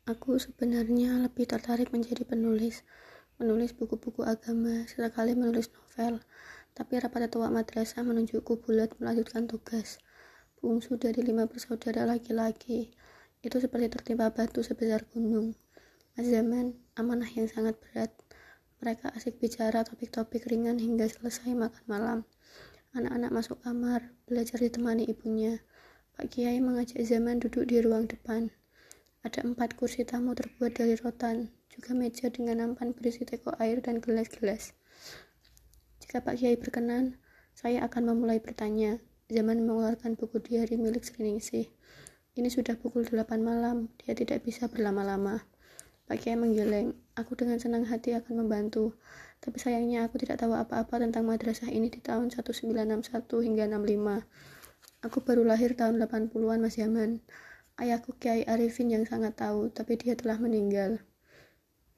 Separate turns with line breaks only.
Aku sebenarnya lebih tertarik menjadi menulis buku-buku agama, sesekali menulis novel. Tapi rapat tetua madrasah menunjukku bulat melanjutkan tugas. Bungsu dari 5 bersaudara laki-laki, itu seperti tertimpa batu sebesar gunung. Mas Zaman, amanah yang sangat berat. Mereka asik bicara topik-topik ringan hingga selesai makan malam. Anak-anak masuk kamar, belajar ditemani ibunya. Pak Kiai mengajak Zaman duduk di ruang depan. Ada 4 kursi tamu terbuat dari rotan, juga meja dengan nampan berisi teko air dan gelas-gelas. Jika Pak Kiai berkenan, saya akan memulai bertanya. Zaman mengeluarkan buku diari milik Sriningsih. Ini sudah pukul 8 malam, dia tidak bisa berlama-lama. Pak Kiai menggeleng. Aku dengan senang hati akan membantu, tapi sayangnya aku tidak tahu apa-apa tentang madrasah ini di tahun 1961 hingga 65. Aku baru lahir tahun 80-an, Mas Yaman. Ayahku Kiai Arifin yang sangat tahu, tapi dia telah meninggal.